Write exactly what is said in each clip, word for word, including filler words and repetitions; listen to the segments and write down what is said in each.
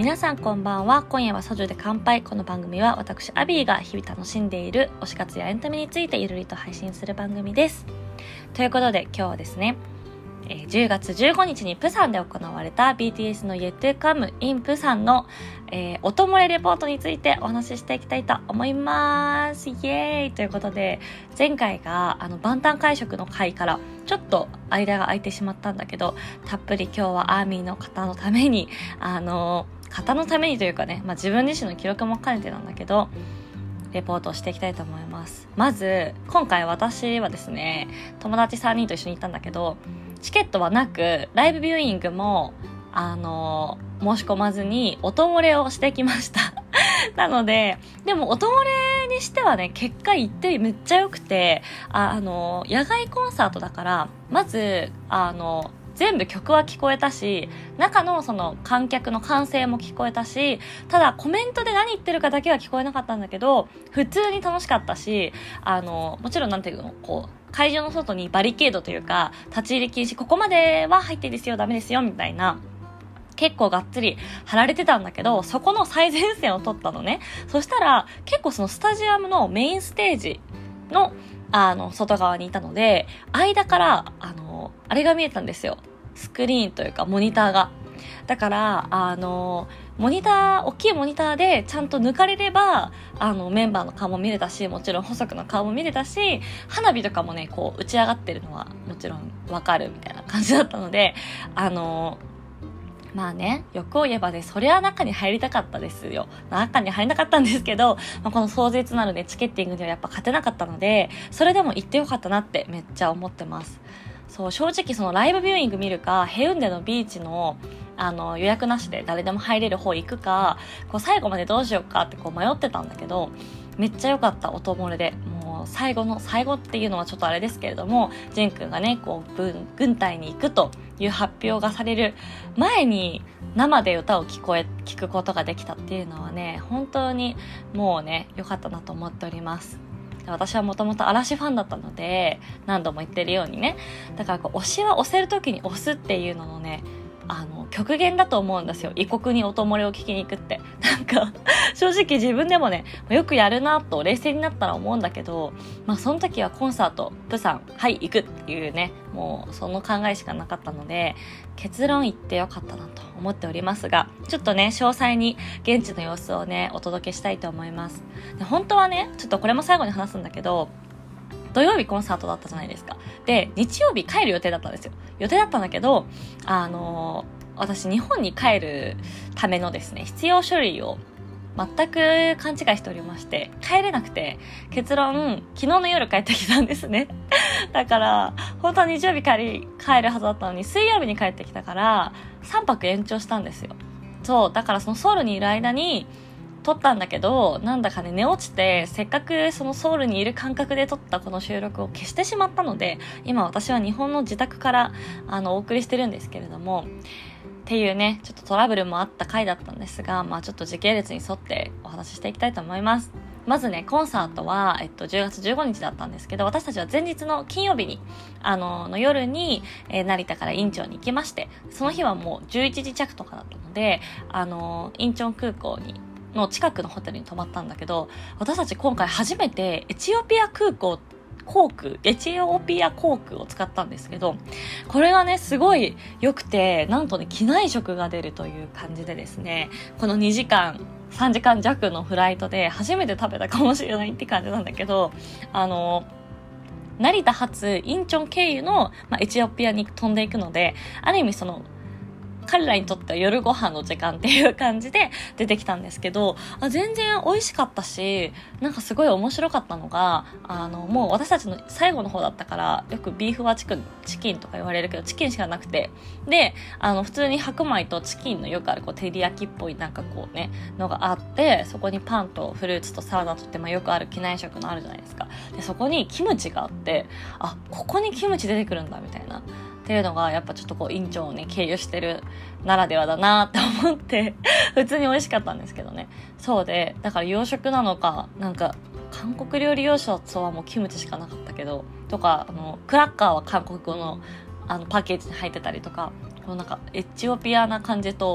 皆さんこんばんは。今夜はソジュで乾杯。この番組は私アビーが日々楽しんでいる推し活やエンタメについてゆるりと配信する番組です。ということで今日はですね、えー、じゅうがつじゅうごにちにプサンで行われた ビーティーエス の Yet to Come in プサンの、えー、音漏れレポートについてお話ししていきたいと思います。イエーイということで、前回があの万端会食の回からちょっと間が空いてしまったんだけど、たっぷり今日はアーミーの方のためにあの方のためにというかね、まあ、自分自身の記録も兼ねてなんだけどレポートをしていきたいと思います。まず今回私はですね、友達さんにんと一緒に行ったんだけど、チケットはなくライブビューイングもあの申し込まずに音漏れをしてきましたなので、でも音漏れにしてはね、結果行ってめっちゃ良くて、あ、あの野外コンサートだから、まずあの全部曲は聞こえたし、中のその観客の歓声も聞こえたし、ただコメントで何言ってるかだけは聞こえなかったんだけど、普通に楽しかったし、あのもちろんなんていうの、こう会場の外にバリケードというか立ち入り禁止、ここまでは入っていいですよ、ダメですよみたいな結構がっつり貼られてたんだけど、そこの最前線を取ったのね。そしたら結構そのスタジアムのメインステージのあの外側にいたので、間からあのあれが見えたんですよ。スクリーンというかモニターが。だからあのモニター、大きいモニターでちゃんと抜かれればあのメンバーの顔も見れたし、もちろん細くの顔も見れたし、花火とかもねこう打ち上がってるのはもちろんわかるみたいな感じだったので、あのまあね、欲を言えばね、そりゃ中に入りたかったですよ。中に入りたかったんですけど、まあ、この壮絶なるね、チケッティングにはやっぱ勝てなかったので、それでも行ってよかったなってめっちゃ思ってます。そう、正直そのライブビューイング見るか、ヘウンデのビーチのあの予約なしで誰でも入れる方行くか、こう最後までどうしようかってこう迷ってたんだけど、めっちゃ良かった、音漏れで。もう最後の最後っていうのはちょっとあれですけれども、ジェン君がねこう軍軍隊に行くという発表がされる前に生で歌を聞こえ聞くことができたっていうのはね、本当にもうね良かったなと思っております。私はもともと嵐ファンだったので、何度も言ってるようにね、だからこう推しは押せる時に押すっていうののね、あの極限だと思うんですよ。異国に音漏れを聞きに行くって、なんか正直自分でもねよくやるなと冷静になったら思うんだけど、まあその時はコンサートプサンはい行くっていうね、もうその考えしかなかったので、結論言ってよかったなと思っておりますが、ちょっとね詳細に現地の様子をねお届けしたいと思います。で本当はね、ちょっとこれも最後に話すんだけど、土曜日コンサートだったじゃないですか。で日曜日帰る予定だったんですよ。予定だったんだけど、あのー、私日本に帰るためのですね必要書類を全く勘違いしておりまして、帰れなくて、結論昨日の夜帰ってきたんですねだから本当は日曜日帰り帰るはずだったのに、水曜日に帰ってきたからさんぱく延長したんですよ。そうだから、そのソウルにいる間に撮ったんだけど、なんだかね寝落ちて、せっかくそのソウルにいる感覚で撮ったこの収録を消してしまったので、今私は日本の自宅からあのお送りしてるんですけれども、っていうねちょっとトラブルもあった回だったんですが、まあちょっと時系列に沿ってお話ししていきたいと思います。まずねコンサートは、えっと、じゅうがつじゅうごにちだったんですけど、私たちは前日の金曜日にあのの夜に、えー、成田からインチョンに行きまして、その日はもうじゅういちじ着とかだったので、あのインチョン空港にの近くのホテルに泊まったんだけど、私たち今回初めてエチオピア空港航空エチオピア航空を使ったんですけど、これがねすごい良くて、なんとね機内食が出るという感じでですね、このにじかんさんじかん弱のフライトで初めて食べたかもしれないって感じなんだけど、あの成田発インチョン経由の、まあ、エチオピアに飛んでいくので、ある意味その彼らにとっては夜ご飯の時間っていう感じで出てきたんですけど、あ全然美味しかったし、なんかすごい面白かったのが、あのもう私たちの最後の方だったから、よくビーフはチキンチキンとか言われるけど、チキンしかなくて、であの普通に白米とチキンのよくあるこう照り焼きっぽいなんかこうねのがあって、そこにパンとフルーツとサラダとって、まあ、よくある機内食のあるじゃないですか。でそこにキムチがあって、あここにキムチ出てくるんだみたいなっていうのが、やっぱちょっとこうインチョンをね経由してるならではだなって思って普通に美味しかったんですけどね。そうで、だから洋食なのか、なんか韓国料理要素はもうキムチしかなかったけどとか、あのクラッカーは韓国語のあのパッケージに入ってたりとか、このなんかエチオピアな感じと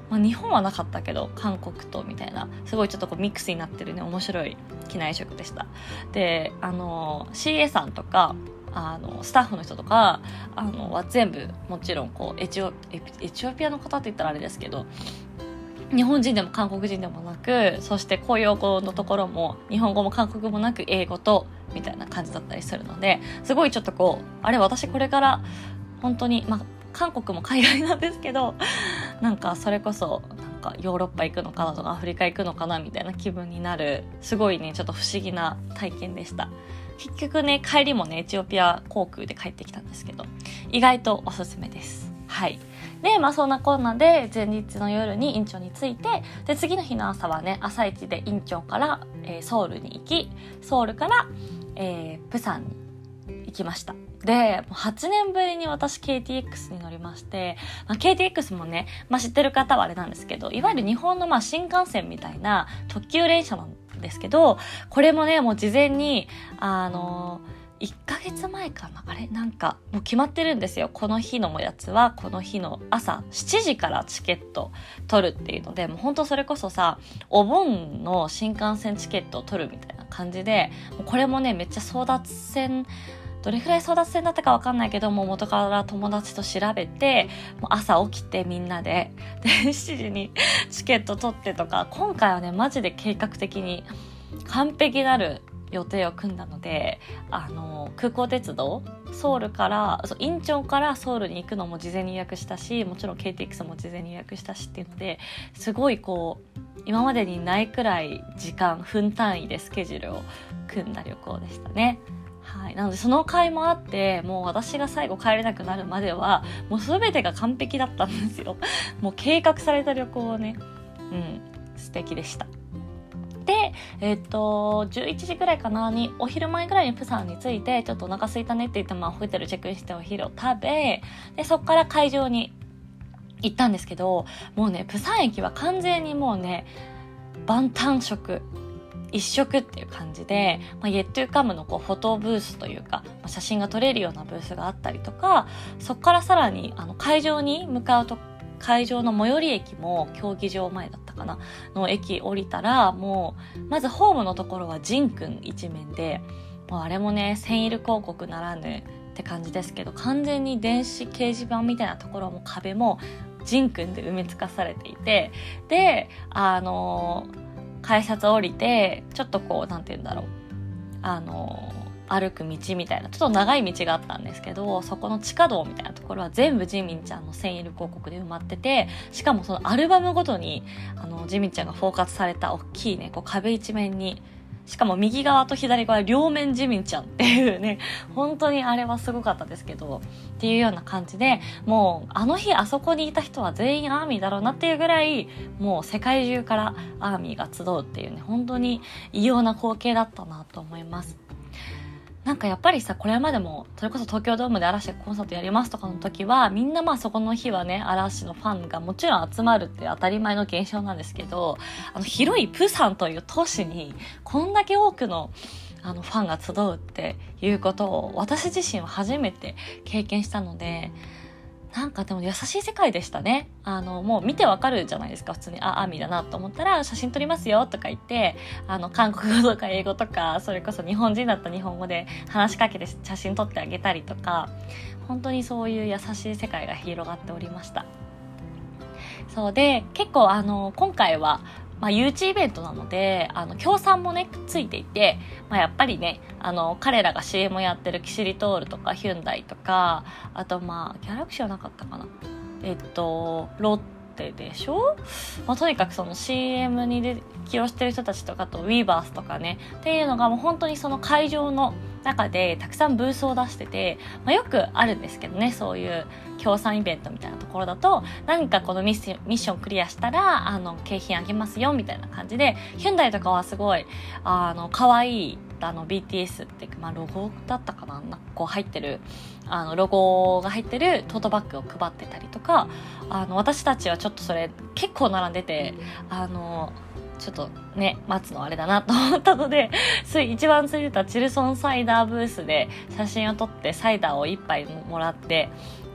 まあ、日本はなかったけど韓国とみたいな、すごいちょっとこうミックスになってるね面白い機内食でした。であの シーエー さんとかあのスタッフの人とかあのは全部もちろんこうエチオエエチオピアの方って言ったらあれですけど、日本人でも韓国人でもなく、そして公用語のところも日本語も韓国語もなく英語とみたいな感じだったりするので、すごいちょっとこうあれ私これから本当にまあ韓国も海外なんですけど、なんかそれこそなんかヨーロッパ行くのかなとかアフリカ行くのかなみたいな気分になる、すごいねちょっと不思議な体験でした。結局ね帰りもねエチオピア航空で帰ってきたんですけど、意外とおすすめです。はい。でまあそんなこんなで前日の夜にインチョンに着いて、で次の日の朝はね朝一でインチョンから、えー、ソウルに行き、ソウルから、えー、プサンに行きました。でもうはちねんぶりに私 ケーティーエックス に乗りまして、まあ、ケーティーエックス もね、まあ、知ってる方はあれなんですけど、いわゆる日本のまあ新幹線みたいな特急列車なんですけど、これもねもう事前にあのーいっかげつまえかな、あれなんかもう決まってるんですよ。この日のやつはこの日の朝しちじからチケット取るっていうので、もう本当それこそさお盆の新幹線チケットを取るみたいな感じで、もうこれもねめっちゃ争奪戦、どれくらい争奪戦だったかわかんないけども、元から友達と調べてもう朝起きてみんなででしちじにチケット取ってとか、今回はねマジで計画的に完璧なる予定を組んだので、あの空港鉄道ソウルからそうインチョンからソウルに行くのも事前に予約したし、もちろん ケーティーエックス も事前に予約したしっていうので、すごいこう今までにないくらい時間分単位でスケジュールを組んだ旅行でしたね。はい、なのでその回もあって、もう私が最後帰れなくなるまではもう全てが完璧だったんですよ。もう計画された旅行をね、うん素敵でした。で、えっと、じゅういちじぐらいかなに、お昼前ぐらいにプサンに着いて、ちょっとお腹空いたねって言って、まあ、ホテルチェックインしてお昼を食べ、で、そっから会場に行ったんですけど、もうね、プサン駅は完全にもうね、万端食、一色っていう感じで、まあ、Yet to Comeのこうフォトブースというか、まあ、写真が撮れるようなブースがあったりとか、そっからさらにあの会場に向かうと、会場の最寄り駅も競技場前だったかなの駅降りたら、もうまずホームのところはジンくん一面で、もうあれもねセンイル広告ならぬって感じですけど、完全に電子掲示板みたいなところも壁もジンくんで埋め尽かされていて、であの改札降りてちょっとこうなんて言うんだろう、あの歩く道みたいなちょっと長い道があったんですけど、そこの地下道みたいなところは全部ジミンちゃんのセンイル広告で埋まってて、しかもそのアルバムごとにあのジミンちゃんがフォーカスされた大きいねこう壁一面に、しかも右側と左側両面ジミンちゃんっていうね、本当にあれはすごかったですけどっていうような感じで、もうあの日あそこにいた人は全員アーミーだろうなっていうぐらい、もう世界中からアーミーが集うっていうね、本当に異様な光景だったなと思います。なんかやっぱりさ、これまでもそれこそ東京ドームで嵐がコンサートやりますとかの時は、みんなまあそこの日はね嵐のファンがもちろん集まるって当たり前の現象なんですけど、あの広いプサンという都市にこんだけ多くのあのファンが集うっていうことを私自身は初めて経験したので、なんかでも優しい世界でしたね。あのもう見てわかるじゃないですか、普通にあアーミーだなと思ったら写真撮りますよとか言って、あの韓国語とか英語とか、それこそ日本人だったら日本語で話しかけて写真撮ってあげたりとか、本当にそういう優しい世界が広がっておりました。そうで結構あの今回はまあ、誘致イベントなので、あの協賛もねついていて、まあ、やっぱりねあの彼らが シーエム をやってるキシリトールとかヒュンダイとか、あとまあギャラクシーはなかったかな、えっとロッテでしょ、まあ、とにかくその シーエム にで起用してる人たちとかとウィーバースとかねっていうのがもう本当にその会場の中でたくさんブースを出してて、まあ、よくあるんですけどね、そういう協賛イベントみたいなところだと、何かこのミッションクリアしたらあの景品あげますよみたいな感じで、ヒュンダイとかはすごいあの可愛いあの ビーティーエス っていうか、まあ、ロゴだったかな、なんかこう入ってるあのロゴが入ってるトートバッグを配ってたりとか、あの私たちはちょっとそれ結構並んでて、あのちょっとね待つのあれだなと思ったので、一番ついてたチルソンサイダーブースで写真を撮ってサイダーを一杯もらって、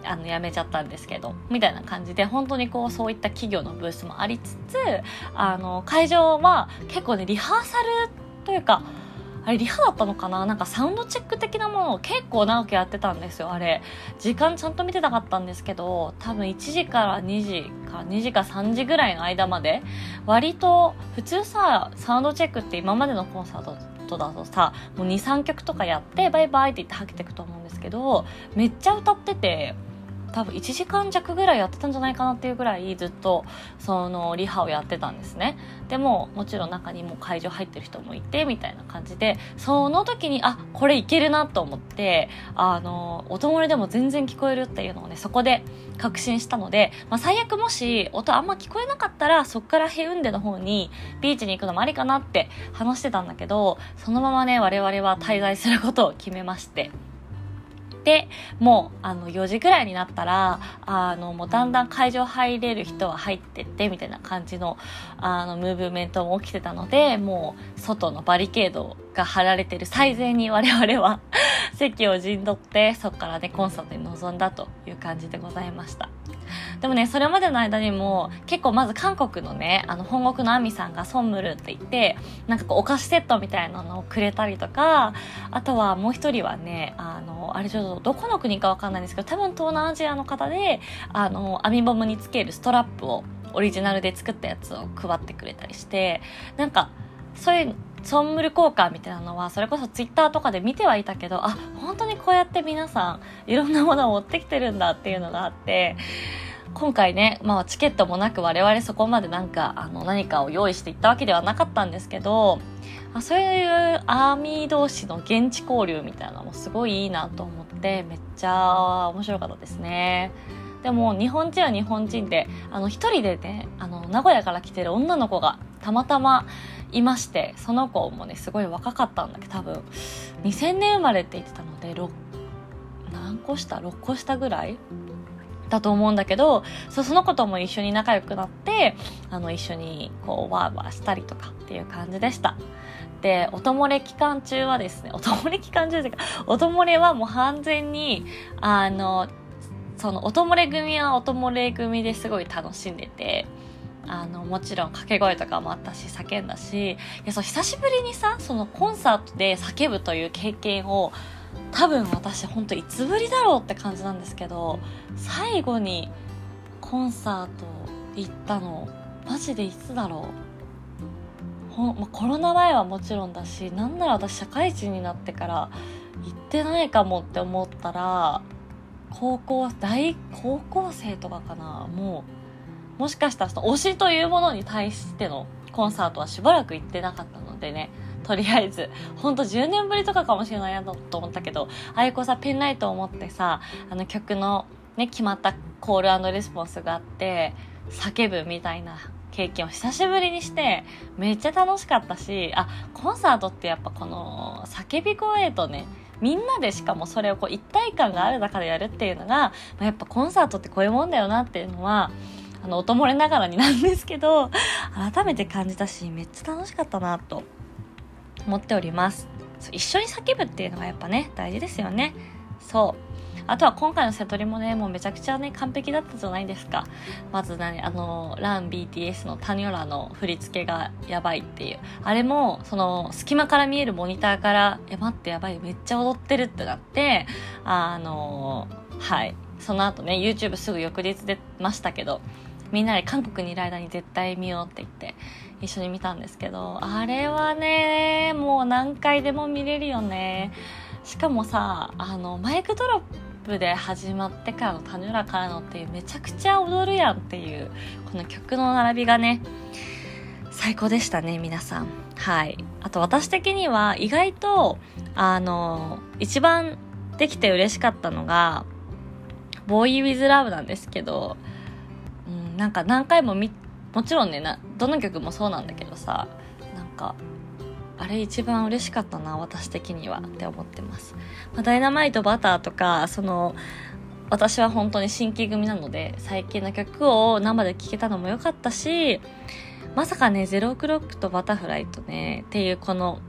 あの辞めちゃったんですけどみたいな感じで、本当にこうそういった企業のブースもありつつ、あの会場は結構ねリハーサルというか、あれリハだったのかな、なんかサウンドチェック的なものを結構長くやってたんですよ。あれ時間ちゃんと見てなかったんですけど、多分いちじからにじかにじかさんじぐらいの間まで、割と普通さサウンドチェックって今までのコンサートだとさもう にさんきょくとかやってバイバイって言ってはけていくと思うんですけど、めっちゃ歌ってて、多分いちじかん弱ぐらいやってたんじゃないかなっていうぐらいずっとそのリハをやってたんですね。でももちろん中にも会場入ってる人もいてみたいな感じで、その時にあこれいけるなと思って、あの音漏れでも全然聞こえるっていうのをねそこで確信したので、まあ、最悪もし音あんま聞こえなかったらそっからヘウンデの方にビーチに行くのもありかなって話してたんだけど、そのままね我々は滞在することを決めまして、でもうあのよじくらいになったらあのもうだんだん会場入れる人は入ってってみたいな感じのあのムーブメントも起きてたので、もう外のバリケードが張られてる最前に我々は席を陣取って、そこからねコンサートに臨んだという感じでございました。でもねそれまでの間にも結構まず韓国のねあの本国のアミさんがソンムルって言ってなんかこうお菓子セットみたいなのをくれたりとか、あとはもう一人はねあのあれちょっとどこの国かわかんないんですけど、多分東南アジアの方であの編みボムにつけるストラップをオリジナルで作ったやつを配ってくれたりして、なんかそういうソンムル交換みたいなのはそれこそツイッターとかで見てはいたけど、あ本当にこうやって皆さんいろんなものを持ってきてるんだっていうのがあって、今回ね、まあ、チケットもなく我々そこまでなんかあの何かを用意していったわけではなかったんですけど、あそういうアーミー同士の現地交流みたいなのもすごいいいなと思って、めっちゃ面白かったですね。でも日本人は日本人であの一人でねあの名古屋から来てる女の子がたまたまいまして、その子もねすごい若かったんだけど、多分にせんねん生まれって言ってたのでろく何個下ろっこ下ぐらいだと思うんだけど、そ, その子とも一緒に仲良くなってあの一緒にこうワーワーしたりとかっていう感じでした。で音漏れ期間中はですね音漏れ期間中というか音漏れはもう完全にあのその音漏れ組は音漏れ組ですごい楽しんでて、あのもちろん掛け声とかもあったし叫んだし、いやそう久しぶりにさそのコンサートで叫ぶという経験を多分私ほんといつぶりだろうって感じなんですけど、最後にコンサート行ったのマジでいつだろう。ほん、まあ、コロナ前はもちろんだし、なんなら私社会人になってから行ってないかもって思ったら高校大高校生とかかな。もうもしかしたらその推しというものに対してのコンサートはしばらく行ってなかったのでね、とりあえずほんとじゅうねんぶりとかかもしれないなと思ったけど、ああいうこうさペンライトを持ってさあの曲のね決まったコール&レスポンスがあって叫ぶみたいな経験を久しぶりにしてめっちゃ楽しかったし、あコンサートってやっぱこの叫び声とねみんなでしかもそれをこう一体感がある中でやるっていうのが、まあ、やっぱコンサートってこういうもんだよなっていうのはあの音漏れながらになんですけど改めて感じたし、めっちゃ楽しかったなと思っております。一緒に叫ぶっていうのがやっぱね大事ですよね。そうあとは今回のセトリもねもうめちゃくちゃね完璧だったじゃないですか。まず何あのラン ビーティーエス のタニョラの振り付けがやばいっていう、あれもその隙間から見えるモニターからえ待ってやばいめっちゃ踊ってるってなって、あのはいその後ね YouTube すぐ翌日出ましたけど、みんなで韓国にいる間に絶対見ようって言って一緒に見たんですけど、あれはねもう何回でも見れるよね。しかもさあのマイクドロップで始まってからのタニョラからのっていうめちゃくちゃ踊るやんっていうこの曲の並びがね最高でしたね皆さん。はい。あと私的には意外とあの一番できて嬉しかったのがボーイ・ウィズ・ラブなんですけど、うん、なんか何回もみもちろんねなどの曲もそうなんだけどさ、なんかあれ一番嬉しかったな私的にはって思ってます。まあ、ダイナマイトバターとかその私は本当に新規組なので最近の曲を生で聴けたのも良かったし、まさかねゼロクロックとバタフライとねっていうこの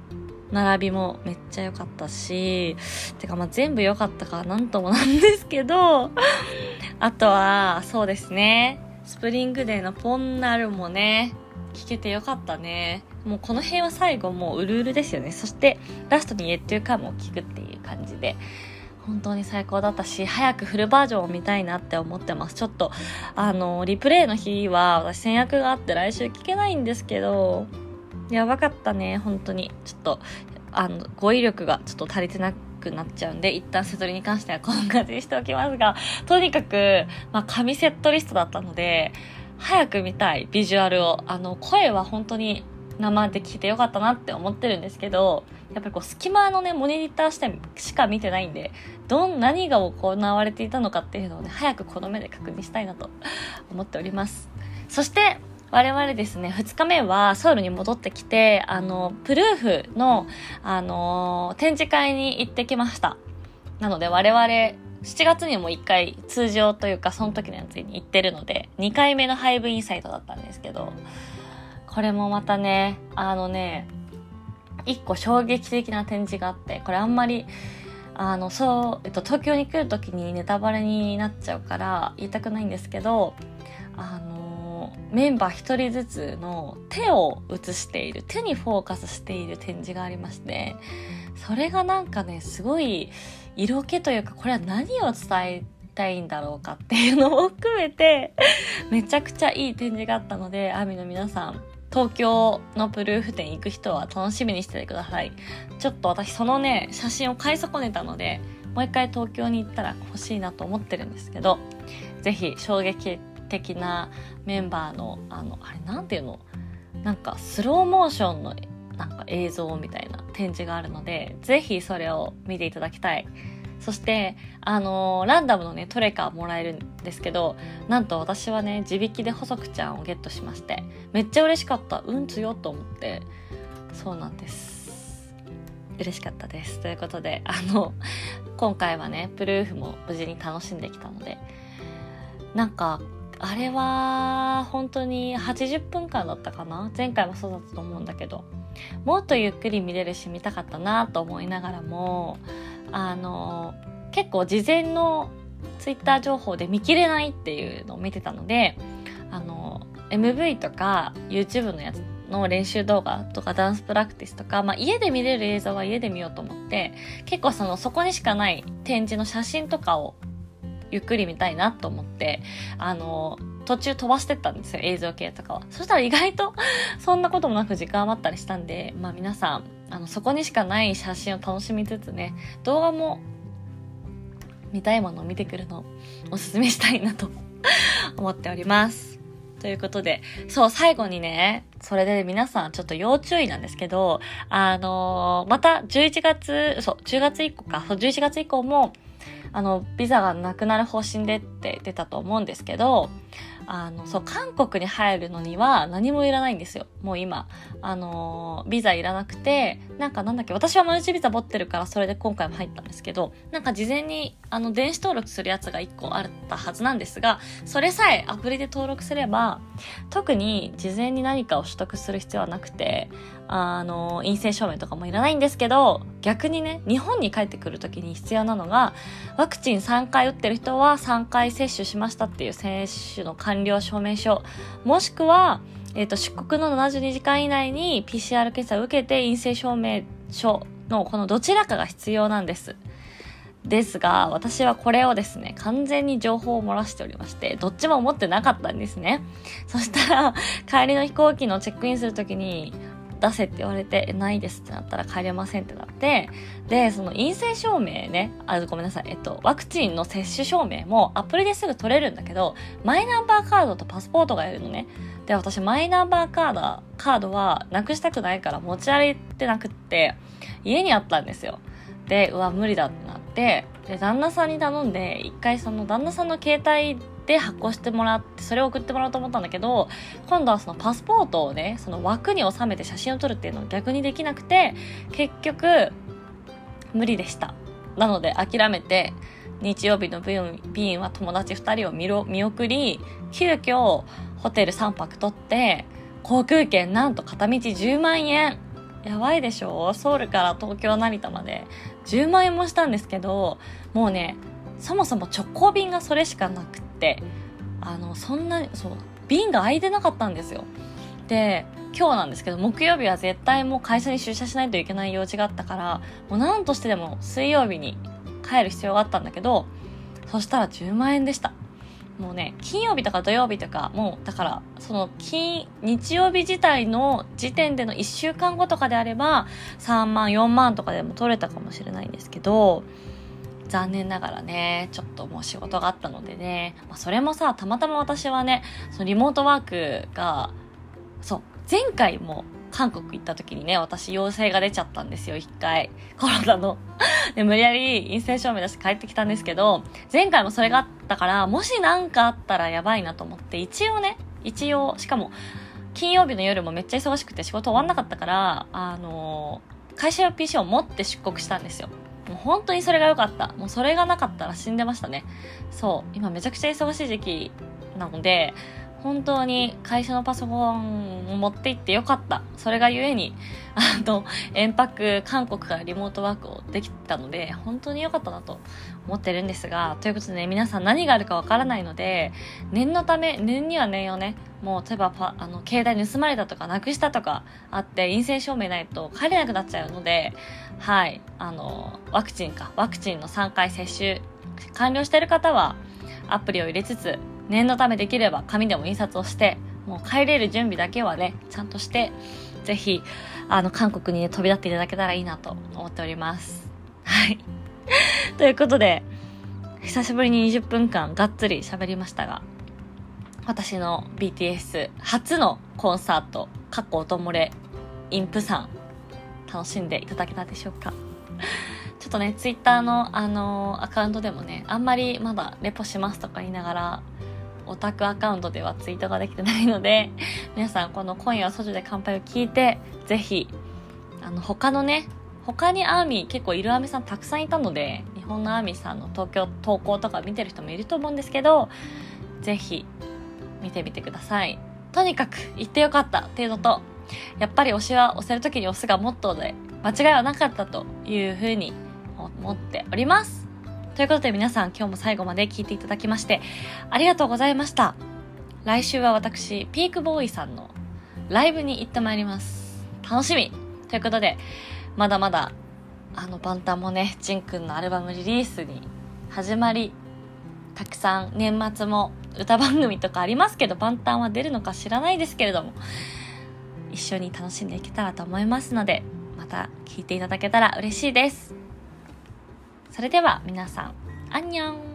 並びもめっちゃ良かったし、てかまあ全部良かったからなんともなんですけど、あとはそうですね、スプリングデーのポンナルもね聞けて良かったね。もうこの辺は最後もううるうるですよね。そしてラストにYet to Comeを聞くっていう感じで本当に最高だったし、早くフルバージョンを見たいなって思ってます。ちょっとあのリプレイの日は私先約があって来週聞けないんですけど、やばかったね。本当にちょっとあの語彙力がちょっと足りてなくなっちゃうんで、一旦セトリに関してはこんな感じにしておきますが、とにかくまあ神セットリストだったので早く見たい。ビジュアルを、あの声は本当に生で聞いてよかったなって思ってるんですけど、やっぱりこう隙間のねモニターしてしか見てないんで、どん何が行われていたのかっていうのをね早くこの目で確認したいなと思っております。そして我々ですね、ふつかめはソウルに戻ってきて、あのプルーフのあの展示会に行ってきました。なので我々しちがつにもいっかい通常というかその時のやつに行ってるので、にかいめのハイブインサイトだったんですけど、これもまたね、あのねいっこ衝撃的な展示があって、これあんまりあのそう、えっと、東京に来る時にネタバレになっちゃうから言いたくないんですけど、あのメンバー一人ずつの手を写している、手にフォーカスしている展示がありまして、それがなんかねすごい色気というか、これは何を伝えたいんだろうかっていうのも含めてめちゃくちゃいい展示があったので、アミの皆さん東京のプルーフ展行く人は楽しみにしててください。ちょっと私そのね写真を買い損ねたので、もう一回東京に行ったら欲しいなと思ってるんですけど、ぜひ衝撃的なメンバーのあのあれなんていうの、なんかスローモーションのなんか映像みたいな展示があるので、ぜひそれを見ていただきたい。そしてあのー、ランダムのねトレカもらえるんですけど、なんと私はね自引きで細くちゃんをゲットしまして、めっちゃ嬉しかった。うん強っと思って、そうなんです、嬉しかったです。ということで、あの今回はねプルーフも無事に楽しんできたので、なんかあれは本当にはちじゅっぷんかんだったかな。前回もそうだったと思うんだけど、もっとゆっくり見れるし見たかったなと思いながらも、あの結構事前のツイッター情報で見切れないっていうのを見てたので、あの エムブイ とか YouTube のやつの練習動画とかダンスプラクティスとか、まあ、家で見れる映像は家で見ようと思って、結構そのそこにしかない展示の写真とかをゆっくり見たいなと思って、あの途中飛ばしてったんですよ、映像系とかは。そしたら意外とそんなこともなく時間余ったりしたんで、まあ皆さんあのそこにしかない写真を楽しみつつね、動画も見たいものを見てくるのをおすすめしたいなと思っております。ということで、そう最後にね、それで皆さんちょっと要注意なんですけど、あのー、またじゅういちがつ、そうじゅうがつ以降か、そうじゅういちがつ以降もあのビザがなくなる方針でって出たと思うんですけど、あのそう韓国に入るのには何もいらないんですよ。もう今あのビザいらなくて、なんかなんだっけ、私はマルチビザ持ってるからそれで今回も入ったんですけど、なんか事前にあの電子登録するやつがいっこあったはずなんですが、それさえアプリで登録すれば特に事前に何かを取得する必要はなくて、あの陰性証明とかもいらないんですけど、逆にね日本に帰ってくる時に必要なのが、ワクチンさんかい打ってる人はさんかい接種しましたっていう接種の完了証明書、もしくは、えーと、出国のななじゅうにじかん以内に ピーシーアール 検査を受けて陰性証明書のこのどちらかが必要なんです。ですが私はこれをですね完全に情報を漏らしておりまして、どっちも持ってなかったんですね。そしたら帰りの飛行機のチェックインするときに出せって言われて、ないですってなったら帰れませんってなって、でその陰性証明ね、あごめんなさいえっとワクチンの接種証明もアプリですぐ取れるんだけど、マイナンバーカードとパスポートがいるのね。で私マイナンバーカードカードはなくしたくないから持ち歩いてなくって家にあったんですよ。でうわ無理だってなって、で旦那さんに頼んで一回その旦那さんの携帯で発行してもらって、それを送ってもらおうと思ったんだけど、今度はそのパスポートをねその枠に収めて写真を撮るっていうのを逆にできなくて、結局無理でした。なので諦めて、日曜日の便は友達ふたりを見ろ見送り、急遽ホテルさんぱく取って、航空券なんと片道じゅうまんえんやばいでしょ。ソウルから東京成田までじゅうまんえんもしたんですけど、もうね、そもそも直行便がそれしかなくって、あの、そんなに、そう、便が空いてなかったんですよ。で、今日なんですけど、木曜日は絶対もう会社に出社しないといけない用事があったから、もう何としてでも水曜日に帰る必要があったんだけど、そしたらじゅうまんえんでした。もうね、金曜日とか土曜日とか、もうだから、その金、日曜日自体の時点でのいっしゅうかんごとかであれば、さんまん、よんまんとかでも取れたかもしれないんですけど、残念ながらね、ちょっともう仕事があったのでね、まあ、それもさ、たまたま私はね、そのリモートワークが、そう、前回も韓国行った時にね、私陽性が出ちゃったんですよ、一回。コロナの。で、無理やり陰性証明出して帰ってきたんですけど、前回もそれがあったから、もしなんかあったらやばいなと思って、一応ね、一応、しかも、金曜日の夜もめっちゃ忙しくて仕事終わんなかったから、あのー、会社用 ピーシー を持って出国したんですよ。もう本当にそれが良かった。もうそれがなかったら死んでましたね。そう。今めちゃくちゃ忙しい時期なので、本当に会社のパソコンを持って行ってよかった。それがゆえに、あの、遠泊、韓国からリモートワークをできたので、本当によかったなと思ってるんですが、ということでね、皆さん何があるかわからないので、念のため、念には念をね、もう例えばパ、あの、携帯盗まれたとか、なくしたとかあって、陰性証明ないと帰れなくなっちゃうので、はい、あの、ワクチンか、ワクチンのさんかい接種完了してる方は、アプリを入れつつ、念のためできれば紙でも印刷をして、もう帰れる準備だけはね、ちゃんとして、ぜひ、あの、韓国に、ね、飛び立っていただけたらいいなと思っております。はい。ということで、久しぶりににじゅっぷんかんがっつり喋りましたが、私の ビーティーエス 初のコンサート、かっこ音漏れ、インプサン、楽しんでいただけたでしょうか。ちょっとね、ツイッターの、あのー、アカウントでもね、あんまりまだレポしますとか言いながら、オタクアカウントではツイートができてないので、皆さんこの今夜はソジュで乾杯を聞いて、ぜひ、あの、他のね、他にアーミー、結構いるアーミーさんたくさんいたので、日本のアーミーさんの東京投稿とか見てる人もいると思うんですけど、ぜひ、見てみてください。とにかく、行ってよかったっていうのと、やっぱり推しは押せるときに押すがモットーで、間違いはなかったというふうに思っております。ということで皆さん今日も最後まで聞いていただきましてありがとうございました。来週は私ピークボーイさんのライブに行ってまいります。楽しみということで、まだまだあのバンタンもね、ジンくんのアルバムリリースに始まり、たくさん年末も歌番組とかありますけど、バンタンは出るのか知らないですけれども、一緒に楽しんでいけたらと思いますので、また聞いていただけたら嬉しいです。それでは皆さん、アンニョン。